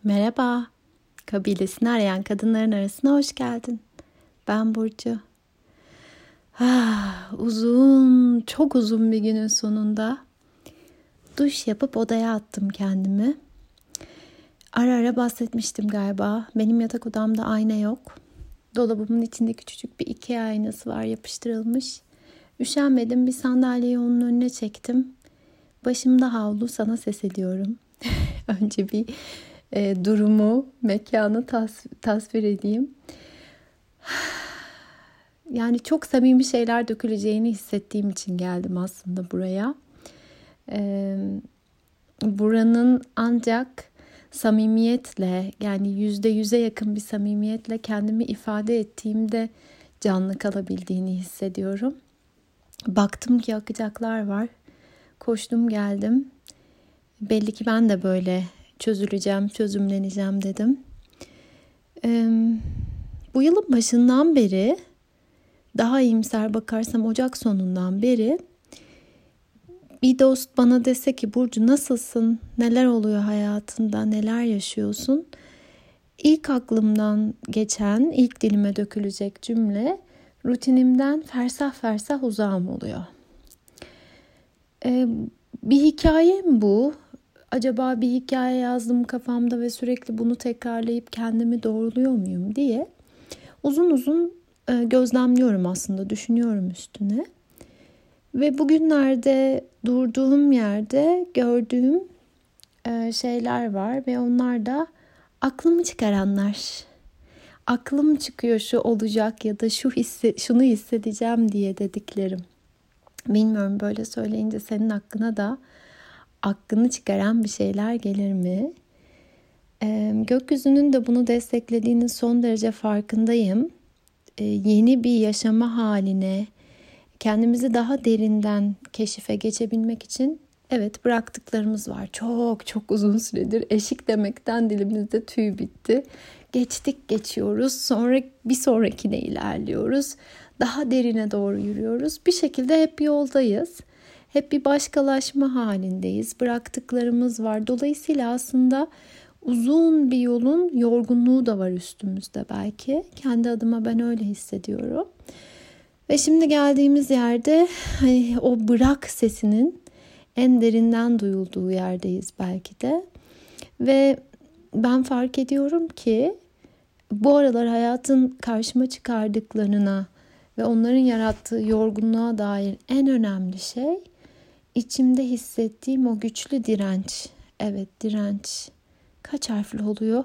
Merhaba, kabilesini arayan kadınların arasına hoş geldin. Ben Burcu. Çok uzun bir günün sonunda duş yapıp odaya attım kendimi. Ara ara bahsetmiştim galiba. Benim yatak odamda ayna yok. Dolabımın içinde küçücük bir IKEA aynası var, yapıştırılmış. Üşenmedim, bir sandalyeyi onun önüne çektim. Başımda havlu, sana ses ediyorum. Önce bir durumu, mekanı tasvir edeyim. Yani çok samimi şeyler döküleceğini hissettiğim için geldim aslında buraya. Buranın ancak samimiyetle, yani %100'e yakın bir samimiyetle kendimi ifade ettiğimde canlı kalabildiğini hissediyorum. Baktım ki akacaklar var. Koştum geldim. Belli ki ben de böyle çözüleceğim, çözümleneceğim dedim. Bu yılın başından beri, daha iyimser bakarsam Ocak sonundan beri, bir dost bana dese ki Burcu nasılsın, neler oluyor hayatında, neler yaşıyorsun? İlk aklımdan geçen, ilk dilime dökülecek cümle rutinimden fersah fersah uzağım oluyor. Bir hikaye mi bu? Acaba bir hikaye yazdım kafamda ve sürekli bunu tekrarlayıp kendimi doğruluyor muyum diye uzun uzun gözlemliyorum aslında, düşünüyorum üstüne. Ve bugünlerde durduğum yerde gördüğüm şeyler var ve onlar da aklımı çıkaranlar. Aklım çıkıyor şu olacak ya da şunu hissedeceğim diye dediklerim. Bilmiyorum, böyle söyleyince senin aklına da aklını çıkaran bir şeyler gelir mi? Gökyüzünün de bunu desteklediğinin son derece farkındayım. Yeni bir yaşama haline, kendimizi daha derinden keşife geçebilmek için evet, bıraktıklarımız var. Çok çok uzun süredir eşik demekten dilimizde tüy bitti. Geçiyoruz. Sonra bir sonrakine ilerliyoruz. Daha derine doğru yürüyoruz. Bir şekilde hep yoldayız. Hep bir başkalaşma halindeyiz. Bıraktıklarımız var. Dolayısıyla aslında uzun bir yolun yorgunluğu da var üstümüzde belki. Kendi adıma ben öyle hissediyorum. Ve şimdi geldiğimiz yerde o bırak sesinin en derinden duyulduğu yerdeyiz belki de. Ve ben fark ediyorum ki bu aralar hayatın karşıma çıkardıklarına ve onların yarattığı yorgunluğa dair en önemli şey içimde hissettiğim o güçlü direnç. Evet, direnç. Kaç harfli oluyor?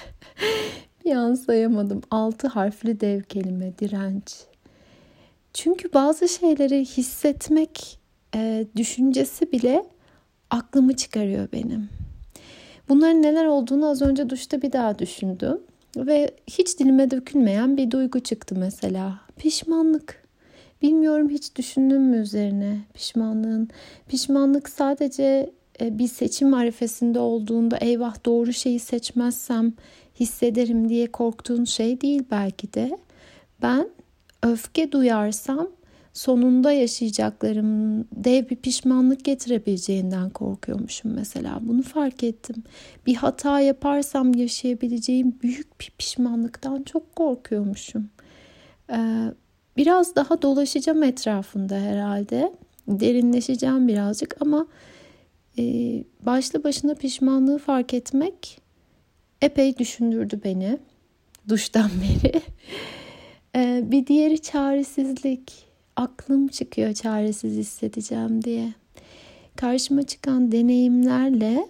Bir an sayamadım. 6 harfli dev kelime, direnç. Çünkü bazı şeyleri hissetmek düşüncesi bile aklımı çıkarıyor benim. Bunların neler olduğunu az önce duşta bir daha düşündüm. Ve hiç dilime dökülmeyen bir duygu çıktı mesela. Pişmanlık. Bilmiyorum, hiç düşündün mü üzerine pişmanlığın? Pişmanlık sadece bir seçim arifesinde olduğunda eyvah doğru şeyi seçmezsem hissederim diye korktuğun şey değil belki de. Ben öfke duyarsam sonunda yaşayacaklarım dev bir pişmanlık getirebileceğinden korkuyormuşum mesela. Bunu fark ettim. Bir hata yaparsam yaşayabileceğim büyük bir pişmanlıktan çok korkuyormuşum. Biraz daha dolaşacağım etrafında herhalde. Derinleşeceğim birazcık ama başlı başına pişmanlığı fark etmek epey düşündürdü beni duştan beri. Bir diğeri çaresizlik. Aklım çıkıyor çaresiz hissedeceğim diye. Karşıma çıkan deneyimlerle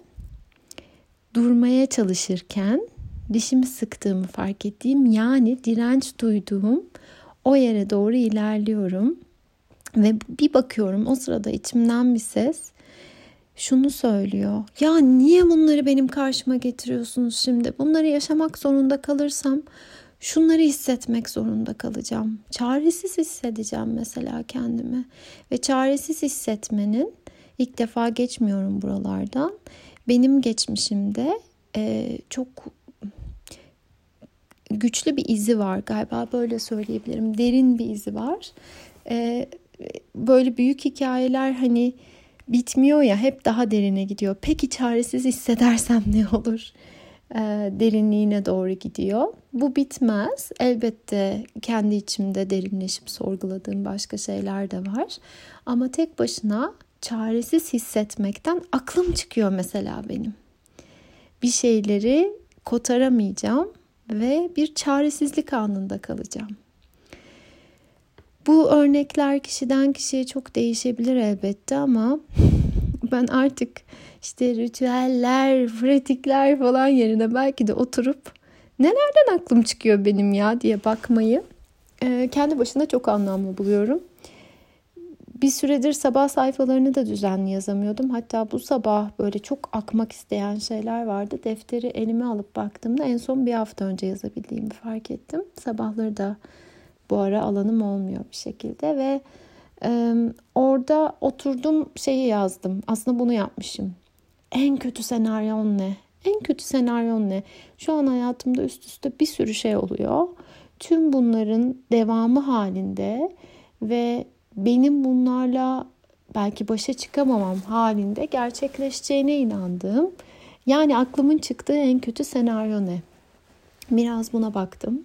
durmaya çalışırken dişimi sıktığımı fark ettiğim, yani direnç duyduğum o yere doğru ilerliyorum. Ve bir bakıyorum, o sırada içimden bir ses şunu söylüyor. Ya niye bunları benim karşıma getiriyorsunuz şimdi? Bunları yaşamak zorunda kalırsam şunları hissetmek zorunda kalacağım. Çaresiz hissedeceğim mesela kendimi. Ve çaresiz hissetmenin, ilk defa geçmiyorum buralardan, benim geçmişimde çok güçlü bir izi var galiba, böyle söyleyebilirim. Derin bir izi var. Böyle büyük hikayeler hani bitmiyor ya, hep daha derine gidiyor. Peki çaresiz hissedersem ne olur? derinliğine doğru gidiyor. Bu bitmez. Elbette kendi içimde derinleşip sorguladığım başka şeyler de var. Ama tek başına çaresiz hissetmekten aklım çıkıyor mesela benim. Bir şeyleri kotaramayacağım ve bir çaresizlik anında kalacağım. Bu örnekler kişiden kişiye çok değişebilir elbette ama ben artık işte ritüeller, pratikler falan yerine belki de oturup nelerden aklım çıkıyor benim ya diye bakmayı kendi başına çok anlamlı buluyorum. Bir süredir sabah sayfalarını da düzenli yazamıyordum. Hatta bu sabah böyle çok akmak isteyen şeyler vardı. Defteri elime alıp baktığımda en son bir hafta önce yazabildiğimi fark ettim. Sabahları da bu ara alanım olmuyor bir şekilde ve orada oturdum şeyi yazdım. Aslında bunu yapmışım. En kötü senaryon ne? En kötü senaryon ne? Şu an hayatımda üst üste bir sürü şey oluyor. Tüm bunların devamı halinde ve benim bunlarla belki başa çıkamamam halinde gerçekleşeceğine inandığım, yani aklımın çıktığı en kötü senaryo ne? Biraz buna baktım.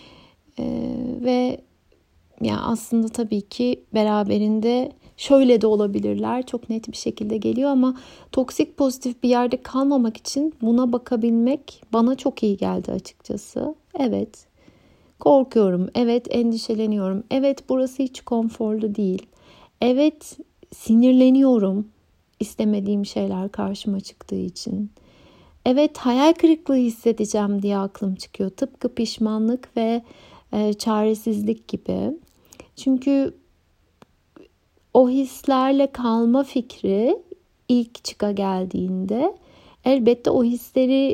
Ve ya aslında tabii ki beraberinde şöyle de olabilirler. Çok net bir şekilde geliyor ama toksik pozitif bir yerde kalmamak için buna bakabilmek bana çok iyi geldi açıkçası. Evet, korkuyorum. Evet, endişeleniyorum. Evet, burası hiç konforlu değil. Evet, sinirleniyorum istemediğim şeyler karşıma çıktığı için. Evet, hayal kırıklığı hissedeceğim diye aklım çıkıyor. Tıpkı pişmanlık ve çaresizlik gibi. Çünkü o hislerle kalma fikri ilk çıka geldiğinde elbette o hisleri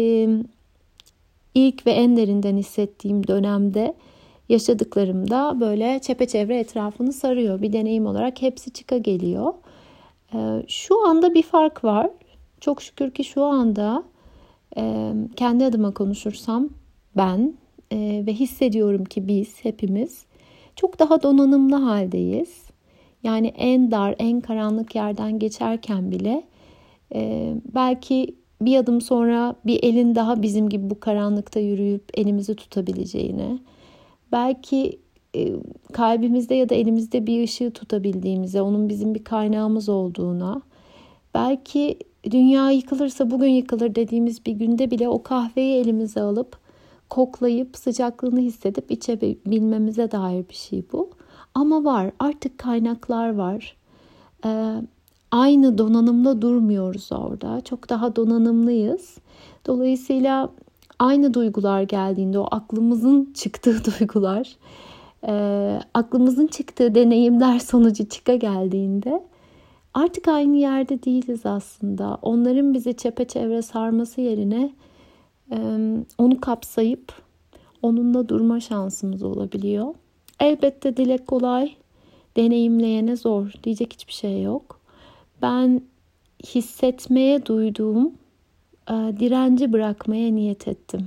ilk ve en derinden hissettiğim dönemde yaşadıklarımda böyle çepeçevre etrafını sarıyor. Bir deneyim olarak hepsi çıka geliyor. Şu anda bir fark var. Çok şükür ki şu anda kendi adıma konuşursam ben ve hissediyorum ki biz hepimiz çok daha donanımlı haldeyiz. Yani en dar, en karanlık yerden geçerken bile belki bir adım sonra bir elin daha bizim gibi bu karanlıkta yürüyüp elimizi tutabileceğine, belki kalbimizde ya da elimizde bir ışığı tutabildiğimize, onun bizim bir kaynağımız olduğuna, belki dünya yıkılırsa bugün yıkılır dediğimiz bir günde bile o kahveyi elimize alıp koklayıp sıcaklığını hissedip içebilmemize dair bir şey bu. Ama var, artık kaynaklar var. Aynı donanımda durmuyoruz orada. Çok daha donanımlıyız. Dolayısıyla aynı duygular geldiğinde, o aklımızın çıktığı duygular, aklımızın çıktığı deneyimler sonucu çıka geldiğinde artık aynı yerde değiliz aslında. Onların bizi çepeçevre sarması yerine onu kapsayıp onunla durma şansımız olabiliyor. Elbette dile kolay, deneyimleyene zor diyecek hiçbir şey yok. Ben hissetmeye duyduğum direnci bırakmaya niyet ettim.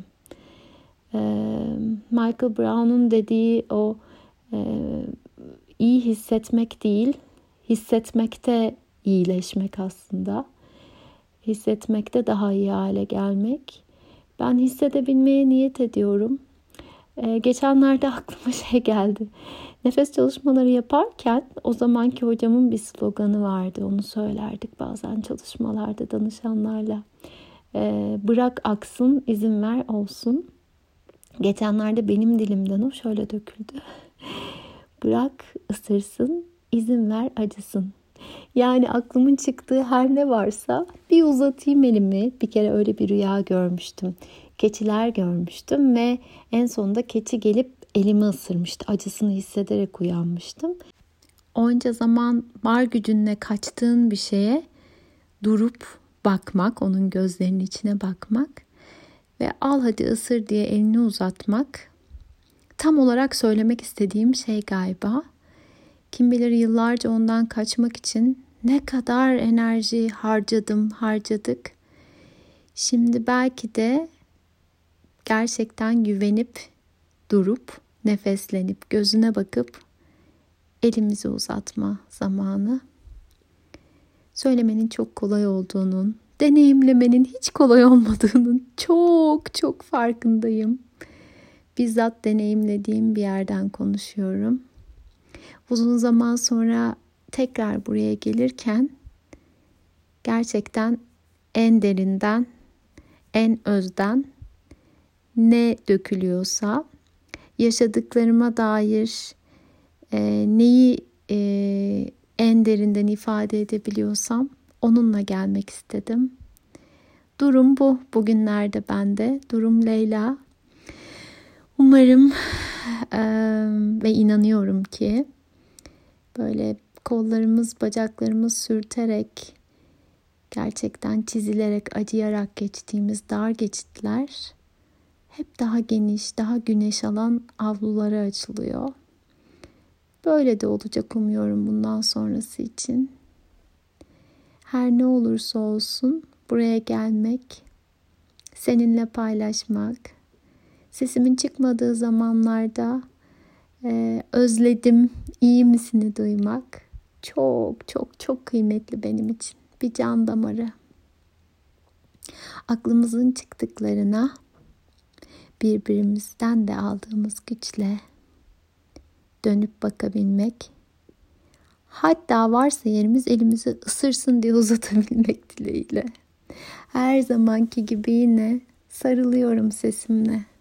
Michael Brown'un dediği o iyi hissetmek değil, hissetmekte iyileşmek aslında. Hissetmekte daha iyi hale gelmek. Ben hissedebilmeye niyet ediyorum. Geçenlerde aklıma şey geldi. Nefes çalışmaları yaparken o zamanki hocamın bir sloganı vardı. Onu söylerdik bazen çalışmalarda danışanlarla. Bırak aksın, izin ver olsun. Geçenlerde benim dilimden o şöyle döküldü. Bırak ısırsın, izin ver acısın. Yani aklımın çıktığı her ne varsa bir uzatayım elimi. Bir kere öyle bir rüya görmüştüm. Keçiler görmüştüm ve en sonunda keçi gelip elimi ısırmıştı. Acısını hissederek uyanmıştım. Onca zaman var gücünle kaçtığın bir şeye durup bakmak, onun gözlerinin içine bakmak ve al hadi ısır diye elini uzatmak tam olarak söylemek istediğim şey galiba. Kim bilir yıllarca ondan kaçmak için ne kadar enerji harcadık. Şimdi belki de gerçekten güvenip, durup, nefeslenip, gözüne bakıp elimizi uzatma zamanı. Söylemenin çok kolay olduğunun, deneyimlemenin hiç kolay olmadığının çok çok farkındayım. Bizzat deneyimlediğim bir yerden konuşuyorum. Uzun zaman sonra tekrar buraya gelirken gerçekten en derinden, en özden ne dökülüyorsa, yaşadıklarıma dair neyi en derinden ifade edebiliyorsam onunla gelmek istedim. Durum bu. Bugünlerde bende. Durum Leyla. Umarım ve inanıyorum ki böyle kollarımız, bacaklarımız sürterek, gerçekten çizilerek, acıyarak geçtiğimiz dar geçitler hep daha geniş, daha güneş alan avlulara açılıyor. Böyle de olacak umuyorum bundan sonrası için. Her ne olursa olsun buraya gelmek, seninle paylaşmak, sesimin çıkmadığı zamanlarda özledim, iyi misini duymak çok çok çok kıymetli benim için. Bir can damarı. Aklımızın çıktıklarına birbirimizden de aldığımız güçle dönüp bakabilmek, hatta varsa yerimiz elimizi ısırsın diye uzatabilmek dileğiyle. Her zamanki gibi yine sarılıyorum sesimle.